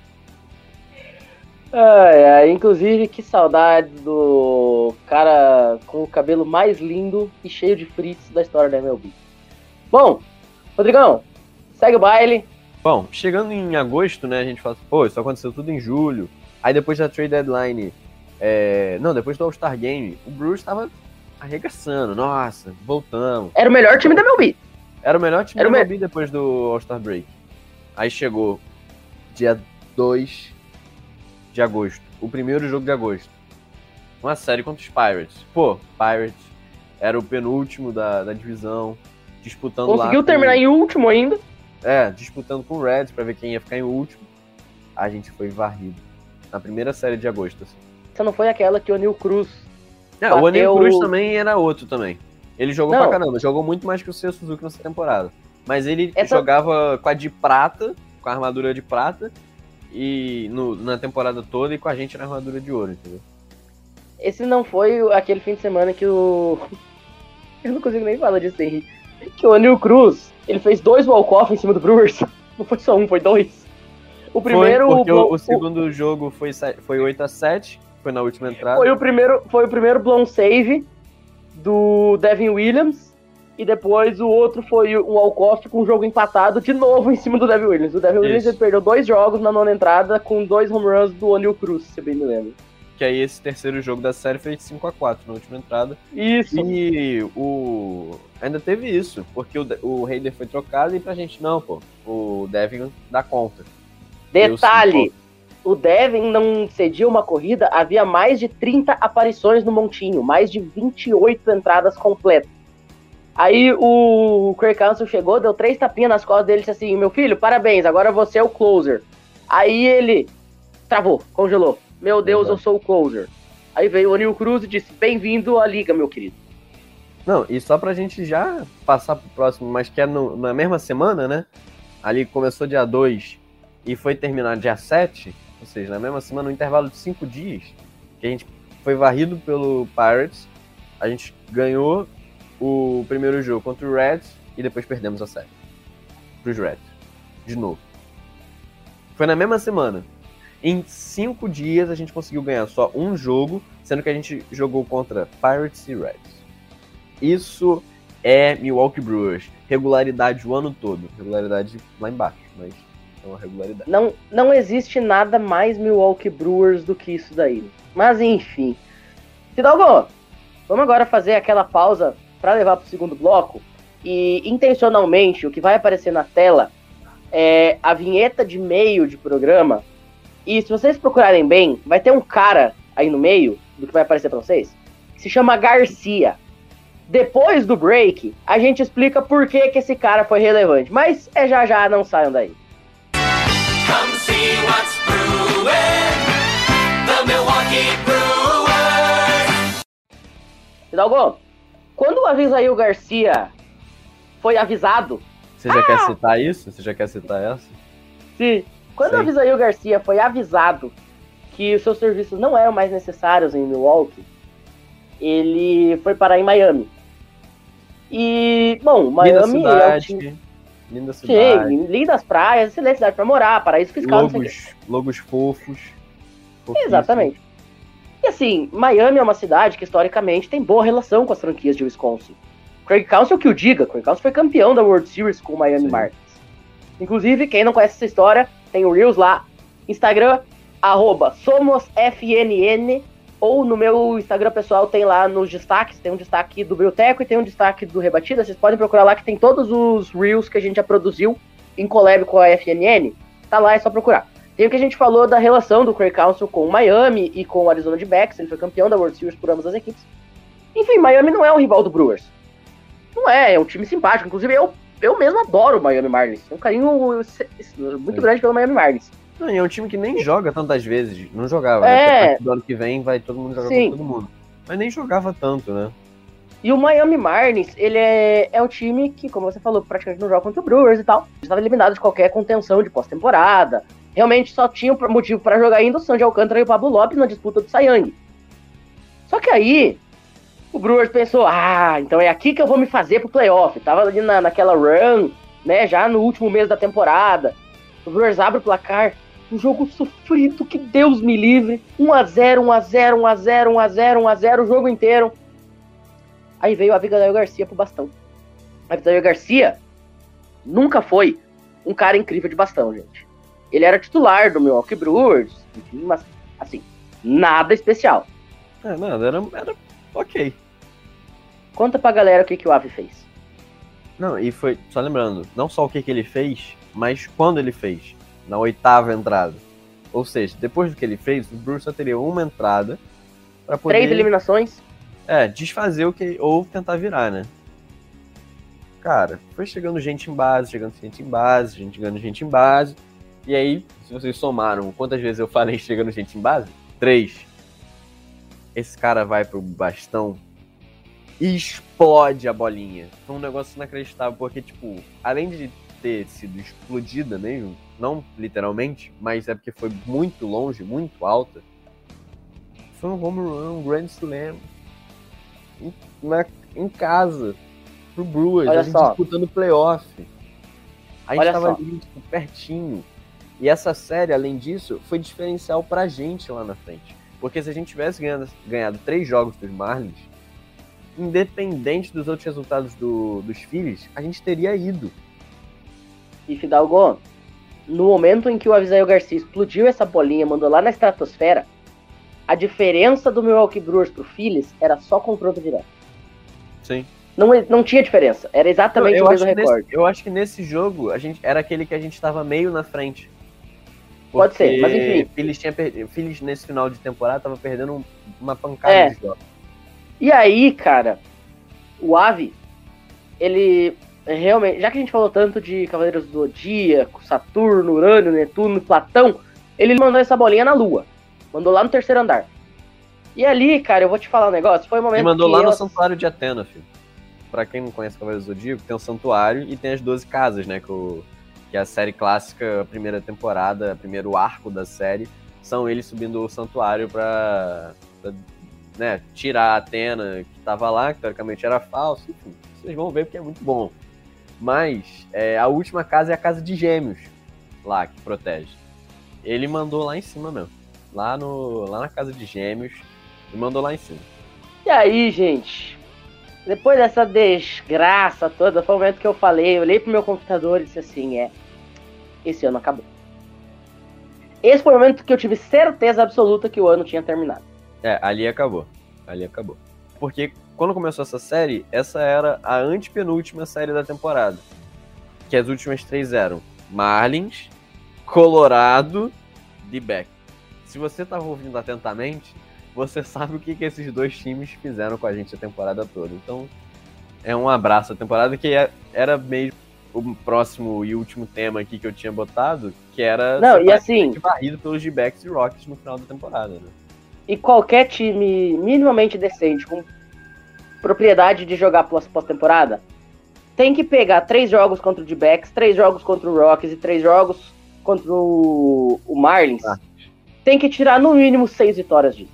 Inclusive, que saudade do cara com o cabelo mais lindo e cheio de frizz da história da MLB. Bom, Rodrigão, segue o baile. Bom, chegando em agosto, né, a gente fala assim, pô, isso aconteceu tudo em julho. Aí depois da trade deadline, depois do All-Star Game, o Brewers estava arregaçando. Nossa, voltamos. Era o melhor time da MLB. Era o melhor time da MLB depois do All-Star Break. Aí chegou dia 2 de agosto, o primeiro jogo de agosto. Uma série contra os Pirates. Pô, Pirates era o penúltimo da divisão, disputando lá. Conseguiu terminar em último ainda. Disputando com o Reds pra ver quem ia ficar em último. A gente foi varrido na primeira série de agosto. Assim. Essa não foi aquela que o Neil Cruz O Oneil Cruz também era outro também. Ele jogou pra caramba, jogou muito mais que o Seiya Suzuki nessa temporada. Mas ele jogava com a de prata, com a armadura de prata, e na temporada toda, e com a gente na armadura de ouro, entendeu? Esse não foi aquele fim de semana que o... Eu não consigo nem falar disso, Henrique. Que o Oneil Cruz, ele fez 2 walk-off em cima do Brewers. Não foi só um, foi 2. O primeiro... Foi, porque o segundo jogo foi 8-7, foi na última entrada. Foi o primeiro blown save do Devin Williams, e depois o outro foi um walk-off com o jogo empatado de novo em cima do Devin Williams. O Devin Williams ele perdeu 2 jogos na 9ª entrada com 2 home runs do O'Neal Cruz, se eu bem me lembro. Que aí esse terceiro jogo da série foi 5-4 na última entrada. Isso. E ainda teve isso, porque o Raider foi trocado e pra gente não, pô. O Devin dá conta. Detalhe, o Devin não cedia uma corrida, havia mais de 30 aparições no montinho, mais de 28 entradas completas. Aí o Craig Counsell chegou, deu 3 tapinhas nas costas dele e disse assim, meu filho, parabéns, agora você é o closer. Aí ele travou, congelou. Meu Deus, eu sou o closer. Aí veio o O'Neal Cruz e disse, bem-vindo à liga, meu querido. Não, e só pra gente já passar pro próximo, mas que é na mesma semana, né? Ali começou dia 2 e foi terminar dia 7, ou seja, na mesma semana, no intervalo de 5 dias, que a gente foi varrido pelo Pirates, a gente ganhou o primeiro jogo contra o Reds e depois perdemos a série pros Reds, de novo. Foi na mesma semana. Em 5 dias a gente conseguiu ganhar só um jogo, sendo que a gente jogou contra Pirates e Reds. Isso é Milwaukee Brewers. Regularidade o ano todo. Regularidade lá embaixo, mas é uma regularidade. Não existe nada mais Milwaukee Brewers do que isso daí. Mas enfim. Fidalgo, vamos agora fazer aquela pausa para levar para o segundo bloco. E intencionalmente o que vai aparecer na tela é a vinheta de meio de programa. E se vocês procurarem bem, vai ter um cara aí no meio do que vai aparecer para vocês, que se chama Garcia. Depois do break, a gente explica por que esse cara foi relevante. Mas é já, não saiam daí. Come see what's brewing, the Milwaukee Brewers. Hidalgo, quando o Avisail Garcia foi avisado... Você já quer citar isso? Você já quer citar essa? Sim. Quando o Avisail Garcia foi avisado que os seus serviços não eram mais necessários em Milwaukee, ele foi parar em Miami. E, bom, Miami linda cidade, linda cidade. Sim, lindas praias, excelente cidade pra morar, paraíso fiscal. Logos fofos. Exatamente. E assim, Miami é uma cidade que historicamente tem boa relação com as franquias de Wisconsin. Craig Counsell que o diga, Craig Counsell foi campeão da World Series com o Miami Marlins. Inclusive, quem não conhece essa história, tem o Reels lá, Instagram, @SomosFNN, ou no meu Instagram pessoal tem lá nos destaques, tem um destaque do Brewteco e tem um destaque do Rebatida, vocês podem procurar lá que tem todos os Reels que a gente já produziu em collab com a FNN, tá lá, é só procurar. Tem o que a gente falou da relação do Craig Counsell com o Miami e com o Arizona D-backs, ele foi campeão da World Series por ambas as equipes. Enfim, Miami não é um rival do Brewers. Não é um time simpático, inclusive eu mesmo adoro o Miami Marlins. Tenho um carinho muito grande pelo Miami Marlins. Não, e é um time que nem joga tantas vezes. Não jogava, né? Porque do ano que vem vai todo mundo jogar com todo mundo. Mas nem jogava tanto, né? E o Miami Marlins, ele é um time que, como você falou, praticamente não joga contra o Brewers e tal. Estava eliminado de qualquer contenção de pós-temporada. Realmente só tinha um motivo para jogar ainda o Sandy Alcântara e o Pablo Lopes na disputa do Cy Young. Só que aí, o Brewers pensou, então é aqui que eu vou me fazer pro playoff. Tava ali naquela run, né, já no último mês da temporada. O Brewers abre o placar, um jogo sofrido, que Deus me livre. 1-0, 1-0, 1-0, 1-0, 1-0, o jogo inteiro. Aí veio a Avisail Garcia pro bastão. A Avisail Garcia nunca foi um cara incrível de bastão, gente. Ele era titular do Milwaukee Brewers, enfim, mas, assim, nada especial. Nada, era ok. Conta pra galera o que o Avi fez. Não, e foi, só lembrando, não só o que ele fez, mas quando ele fez, na 8ª entrada. Ou seja, depois do que ele fez, o Brewers só teria uma entrada pra poder... 3 eliminações. Desfazer o que... ou tentar virar, né? Cara, foi chegando gente em base, chegando gente em base. E aí, se vocês somaram quantas vezes eu falei chegando gente em base, 3. Esse cara vai pro bastão e explode a bolinha. Foi um negócio inacreditável, porque, tipo, além de ter sido explodida mesmo, não literalmente, mas é porque foi muito longe, muito alta, foi um home run, um grand slam, em casa, pro Brewers, a gente disputando playoff. A gente tava ali, tipo, pertinho. E essa série, além disso, foi diferencial pra gente lá na frente. Porque se a gente tivesse ganhado 3 jogos dos Marlins, independente dos outros resultados dos Phillies, a gente teria ido. E Fidalgo, no momento em que o Avisaíl Garcia explodiu essa bolinha, mandou lá na estratosfera, a diferença do Milwaukee Brewers pro Phillies era só confronto direto. Sim. Não tinha diferença, era exatamente o mesmo recorde. Eu acho que nesse jogo, era aquele que a gente tava meio na frente. Pode ser, mas enfim. O Phillies nesse final de temporada tava perdendo uma pancada de jogos. E aí, cara, o Avi, ele realmente, já que a gente falou tanto de Cavaleiros do Zodíaco, Saturno, Urânio, Netuno, Platão, ele mandou essa bolinha na Lua. Mandou lá no 3º andar. E ali, cara, eu vou te falar um negócio, foi um momento que... Ele mandou lá no Santuário de Atena, filho. Pra quem não conhece Cavaleiros do Zodíaco, tem um santuário e tem as 12 casas, né, que é a série clássica, a primeira temporada, o primeiro arco da série, são eles subindo o santuário pra né, tirar a Atena que tava lá, que teoricamente era falso, enfim, vocês vão ver porque é muito bom. Mas a última casa é a casa de Gêmeos, lá, que protege. Ele mandou lá em cima mesmo, lá na casa de Gêmeos, e mandou lá em cima. E aí, gente, depois dessa desgraça toda, foi o momento que eu olhei pro meu computador e disse assim, esse ano acabou. Esse foi o momento que eu tive certeza absoluta que o ano tinha terminado. Ali acabou. Porque quando começou essa série, essa era a antepenúltima série da temporada. Que as últimas 3 eram Marlins, Colorado e Beck. Se você estava ouvindo atentamente, você sabe o que esses 2 times fizeram com a gente a temporada toda. Então, é um abraço à temporada, que era mesmo o próximo e último tema aqui que eu tinha botado, que era varrido pelos D-backs e Rockies no final da temporada, né? E qualquer time minimamente decente, com propriedade de jogar pós-temporada, tem que pegar 3 jogos contra o D-backs, 3 jogos contra o Rockies e 3 jogos contra o Marlins. Tem que tirar no mínimo 6 vitórias disso.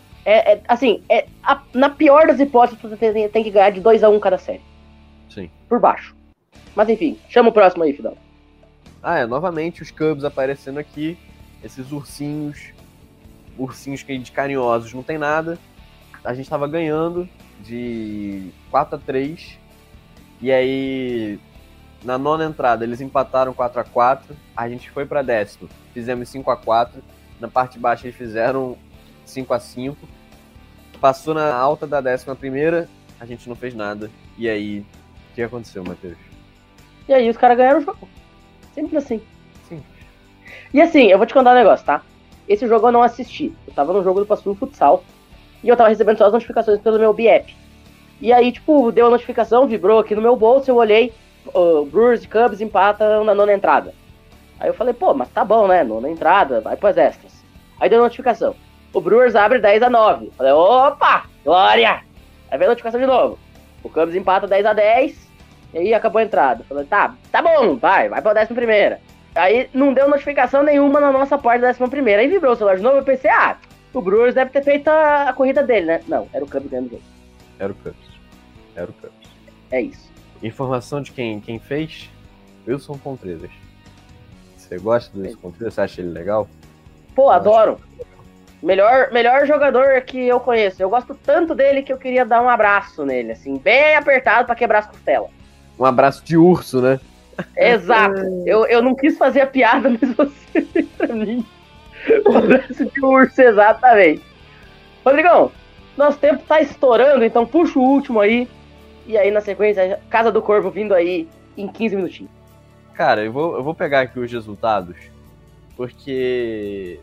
Na pior das hipóteses, você tem que ganhar de 2-1 cada série. Sim. Por baixo. Mas enfim, chama o próximo aí, Fidal. Novamente os Cubs aparecendo aqui, esses ursinhos que de carinhosos não tem nada. A gente tava ganhando de 4-3, e aí na 9ª entrada eles empataram 4-4, a gente foi pra 10º, fizemos 5-4, na parte baixa eles fizeram 5-5, passou na alta da 11ª, a gente não fez nada. E aí, o que aconteceu, Matheus? E aí os caras ganharam o jogo. Simples assim. Sim. E assim, eu vou te contar um negócio, tá? Esse jogo eu não assisti. Eu tava no jogo do Passo Futsal e eu tava recebendo só as notificações pelo meu BAP. E aí, deu a notificação, vibrou aqui no meu bolso, eu olhei, Brewers e Cubs empatam na 9ª entrada. Aí eu falei, mas tá bom, né? 9ª entrada, vai pras extras. Aí deu a notificação. O Brewers abre 10-9. Falei, opa, glória! Aí veio a notificação de novo. O Cubs empata 10-10. E aí acabou a entrada. Falei, tá bom, vai pra 11ª. Aí não deu notificação nenhuma na nossa parte da 11ª. Aí vibrou o celular de novo, eu pensei, o Brewers deve ter feito a corrida dele, né? Não, era o Cubs ganhando o jogo. Era o Cubs. É isso. Informação de quem fez? Wilson Contreras. Você gosta do Wilson Contreras? Você acha ele legal? Pô, adoro. Melhor jogador que eu conheço. Eu gosto tanto dele que eu queria dar um abraço nele, assim, bem apertado pra quebrar as costelas. Um abraço de urso, né? Exato. Eu não quis fazer a piada, mas você fez pra mim. Um abraço de urso, exatamente. Rodrigão, nosso tempo tá estourando, então puxa o último aí. E aí, na sequência, Casa do Corvo vindo aí em 15 minutinhos. Cara, eu vou pegar aqui os resultados, porque...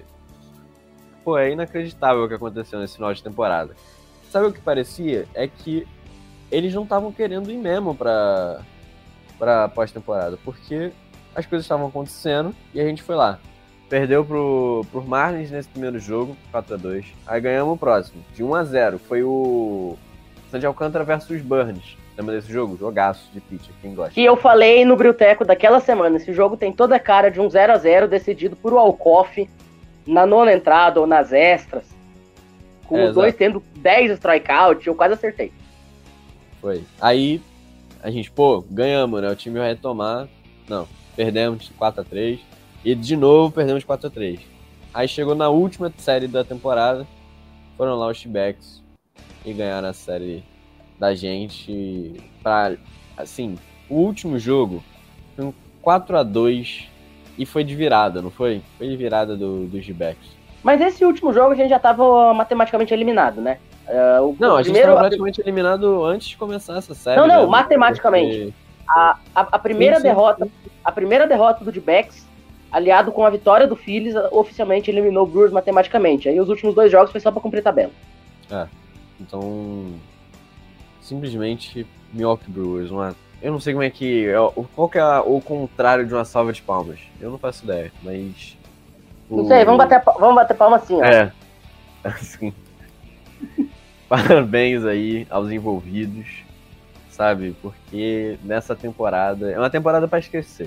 é inacreditável o que aconteceu nesse final de temporada. Sabe o que parecia? É que eles não estavam querendo ir mesmo pra pós-temporada, porque as coisas estavam acontecendo e a gente foi lá. Perdeu pro Marlins nesse primeiro jogo, 4-2. Aí ganhamos o próximo, de 1-0. Foi o Sandy Alcântara versus Burns. Lembra desse jogo? Jogaço de pitcher, quem gosta. E eu falei no Brilteco daquela semana, esse jogo tem toda a cara de um 0-0 decidido por Walkoff na 9ª entrada ou nas extras, com os dois tendo 10 strikeouts, eu quase acertei. Foi. Aí, a gente, ganhamos, né? O time vai retomar. Não, perdemos de 4-3. E de novo perdemos 4-3. Aí chegou na última série da temporada, foram lá os T-Backs e ganharam a série da gente. Assim, o último jogo foi um 4-2 e foi de virada, não foi? Foi de virada dos T-Backs. Mas esse último jogo a gente já tava matematicamente eliminado, né? Não, a gente estava praticamente eliminado antes de começar essa série. Não, matematicamente. A primeira derrota, a primeira derrota do D-Backs, aliado com a vitória do Phillies, oficialmente eliminou o Brewers matematicamente. Aí os últimos 2 jogos foi só pra cumprir a tabela. Então, simplesmente Milwaukee Brewers, eu não sei como é que... Qual que é o contrário de uma salva de palmas? Eu não faço ideia, mas... Não sei, vamos bater palma assim, ó. Assim. Parabéns aí aos envolvidos, sabe? Porque nessa temporada... É uma temporada pra esquecer.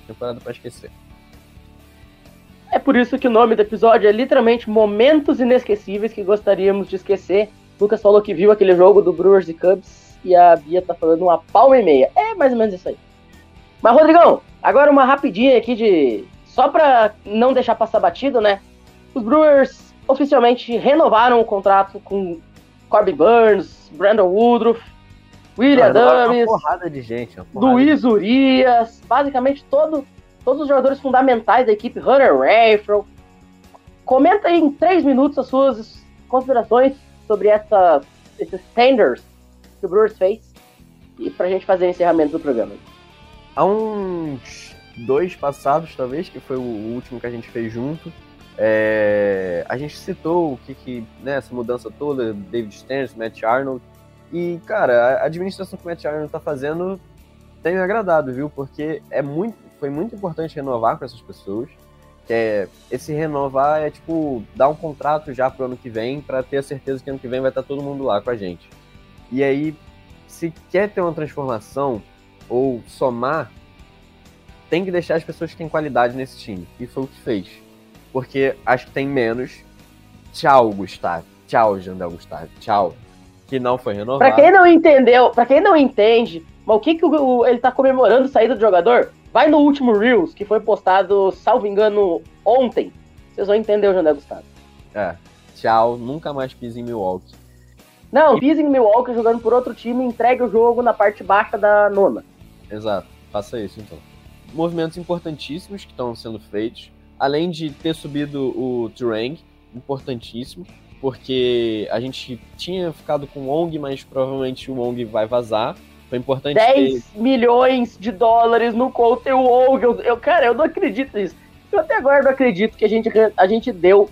É por isso que o nome do episódio é literalmente Momentos Inesquecíveis que Gostaríamos de Esquecer. Lucas falou que viu aquele jogo do Brewers e Cubs e a Bia tá falando uma palma e meia. É mais ou menos isso aí. Mas, Rodrigão, agora uma rapidinha aqui só pra não deixar passar batido, né? Os Brewers oficialmente renovaram o contrato com Corbin Burns, Brandon Woodruff, Willie Adames, uma porrada de gente, Luiz Urias, basicamente todos os jogadores fundamentais da equipe, Hunter Renfroe. Comenta aí em 3 minutos as suas considerações sobre esses tenders que o Brewers fez e pra gente fazer o encerramento do programa. Há uns 2 passados, talvez, que foi o último que a gente fez junto, a gente citou o que né, essa mudança toda, David Stearns, Matt Arnold, e, cara, a administração que o Matt Arnold tá fazendo tem me agradado, viu, porque foi muito importante renovar com essas pessoas. Esse renovar é tipo dar um contrato já pro ano que vem para ter a certeza que ano que vem vai estar todo mundo lá com a gente. E aí, se quer ter uma transformação ou somar, tem que deixar as pessoas que têm qualidade nesse time. E foi o que fez. Porque acho que tem menos. Tchau, Gustavo. Tchau, Jandel Gustavo. Tchau. Que não foi renovado. Pra quem não entendeu, pra quem não entende, mas o que ele tá comemorando a saída do jogador? Vai no último Reels, que foi postado, salvo engano, ontem. Vocês vão entender o Jandel Gustavo. Tchau, nunca mais pise em Milwaukee. Não, pise em Milwaukee jogando por outro time e entregue o jogo na parte baixa da 9ª. Exato, faça isso então. Movimentos importantíssimos que estão sendo feitos. Além de ter subido o Turang, importantíssimo. Porque a gente tinha ficado com o Wong, mas provavelmente o Wong vai vazar. Foi importante 10 milhões de dólares no Colton Wong. Cara, eu não acredito nisso. Eu até agora não acredito que a gente deu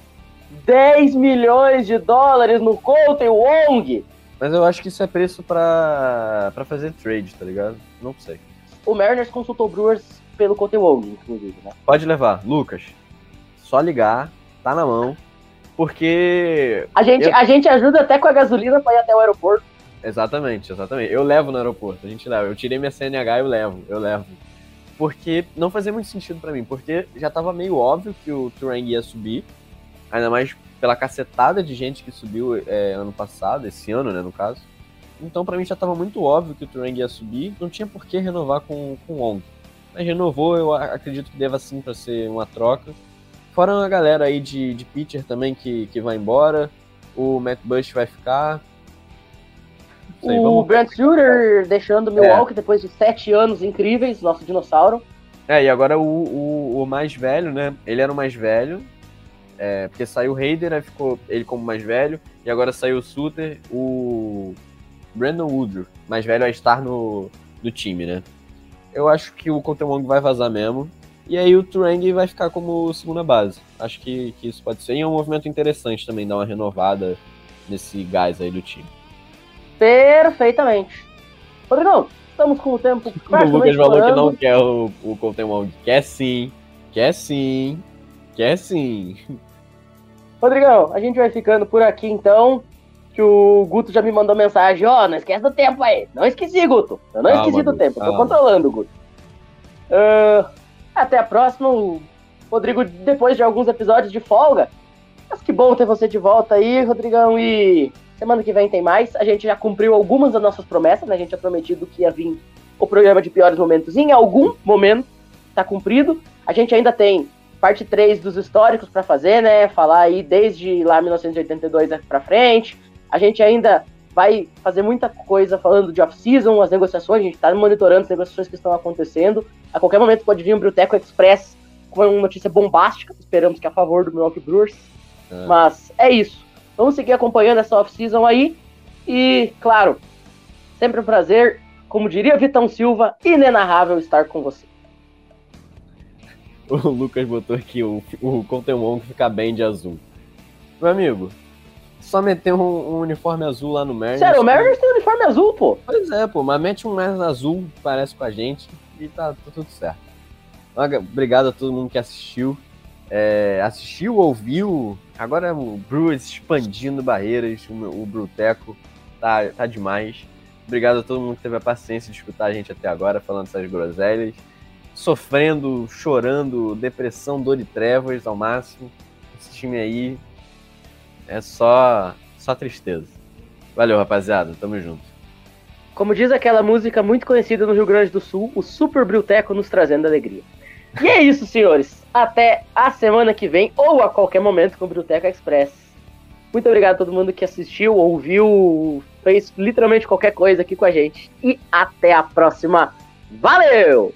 10 milhões de dólares no Colton Wong. Mas eu acho que isso é preço pra fazer trade, tá ligado? Não sei. O Mariners consultou o Brewers pelo Colton Wong, inclusive, né? Pode levar. Lucas, só ligar, tá na mão. Porque... A gente ajuda até com a gasolina pra ir até o aeroporto. Exatamente. Eu levo no aeroporto, a gente leva. Eu tirei minha CNH e eu levo. Porque não fazia muito sentido pra mim, porque já tava meio óbvio que o Turang ia subir, ainda mais pela cacetada de gente que subiu ano passado, esse ano, né, no caso. Então pra mim já tava muito óbvio que o Turang ia subir, não tinha por que renovar com o Wong. Mas renovou, eu acredito que deva sim pra ser uma troca. Fora uma galera aí de pitcher também que vai embora, o Matt Bush vai ficar... O Brent Suter deixando o Milwaukee depois de 7 anos incríveis, nosso dinossauro. E agora o mais velho, né? Ele era o mais velho, porque saiu o Hader, aí ficou ele como mais velho, e agora saiu o Suter, o Brandon Woodruff, mais velho a estar no time, né? Eu acho que o Colton Wong vai vazar mesmo, e aí o Turang vai ficar como segunda base. Acho que isso pode ser, e é um movimento interessante também, dar uma renovada nesse gás aí do time. Perfeitamente. Rodrigão, estamos com o tempo praticamente O Lucas falou que não quer o Colton Wong. Quer sim. Rodrigão, a gente vai ficando por aqui então, que o Guto já me mandou mensagem, não esquece do tempo aí. Não esqueci, Guto. Eu não esqueci do tempo, tô controlando, Guto. Até a próxima. O Rodrigo, depois de alguns episódios de folga. Mas que bom ter você de volta aí, Rodrigão, e... Semana que vem tem mais. A gente já cumpriu algumas das nossas promessas, né? A gente tinha prometido que ia vir o programa de piores momentos em algum momento. Tá cumprido. A gente ainda tem parte 3 dos históricos para fazer, né? Falar aí desde lá 1982 pra frente. A gente ainda vai fazer muita coisa falando de off-season, as negociações, a gente tá monitorando as negociações que estão acontecendo. A qualquer momento pode vir um Bruteco Express com uma notícia bombástica, esperamos que a favor do Milwaukee Brewers. Mas é isso. Vamos seguir acompanhando essa off-season aí. E, claro, sempre um prazer, como diria Vitão Silva, inenarrável estar com você. O Lucas botou aqui o Contemon que fica bem de azul. Meu amigo, só meter um uniforme azul lá no Mariners. Sério, o Mariners tem uniforme azul, pô. Pois é, pô, mas mete um mais azul, parece com a gente, e tá tudo certo. Obrigado a todo mundo que assistiu. Assistiu, ouviu. Agora o Brewers expandindo barreiras, o Bruteco tá demais. Obrigado a todo mundo que teve a paciência de escutar a gente até agora, falando essas groselhas. Sofrendo, chorando, depressão, dor e trevas ao máximo. Esse time aí é só tristeza. Valeu, rapaziada. Tamo junto. Como diz aquela música muito conhecida no Rio Grande do Sul, o Super Bruteco nos trazendo alegria. E é isso, senhores. Até a semana que vem, ou a qualquer momento com o Bruteco Express. Muito obrigado a todo mundo que assistiu, ouviu, fez literalmente qualquer coisa aqui com a gente. E até a próxima. Valeu!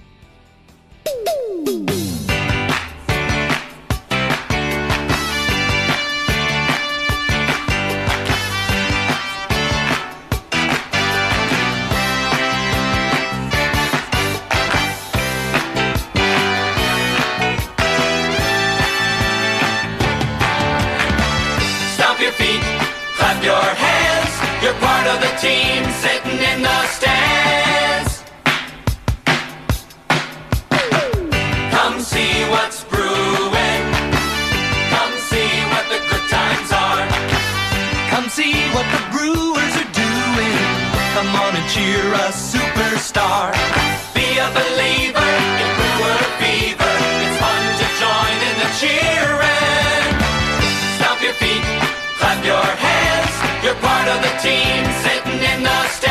Stomp your feet, clap your hands. You're part of the team sitting in the stands. Come see what's brewing. Come see what the good times are. Come see what the Brewers are doing. Come on and cheer a superstar. Be a believer in Brewer fever. It's fun to join in the cheering. Stomp your feet, clap your hands. You're part of the team sitting in the stands.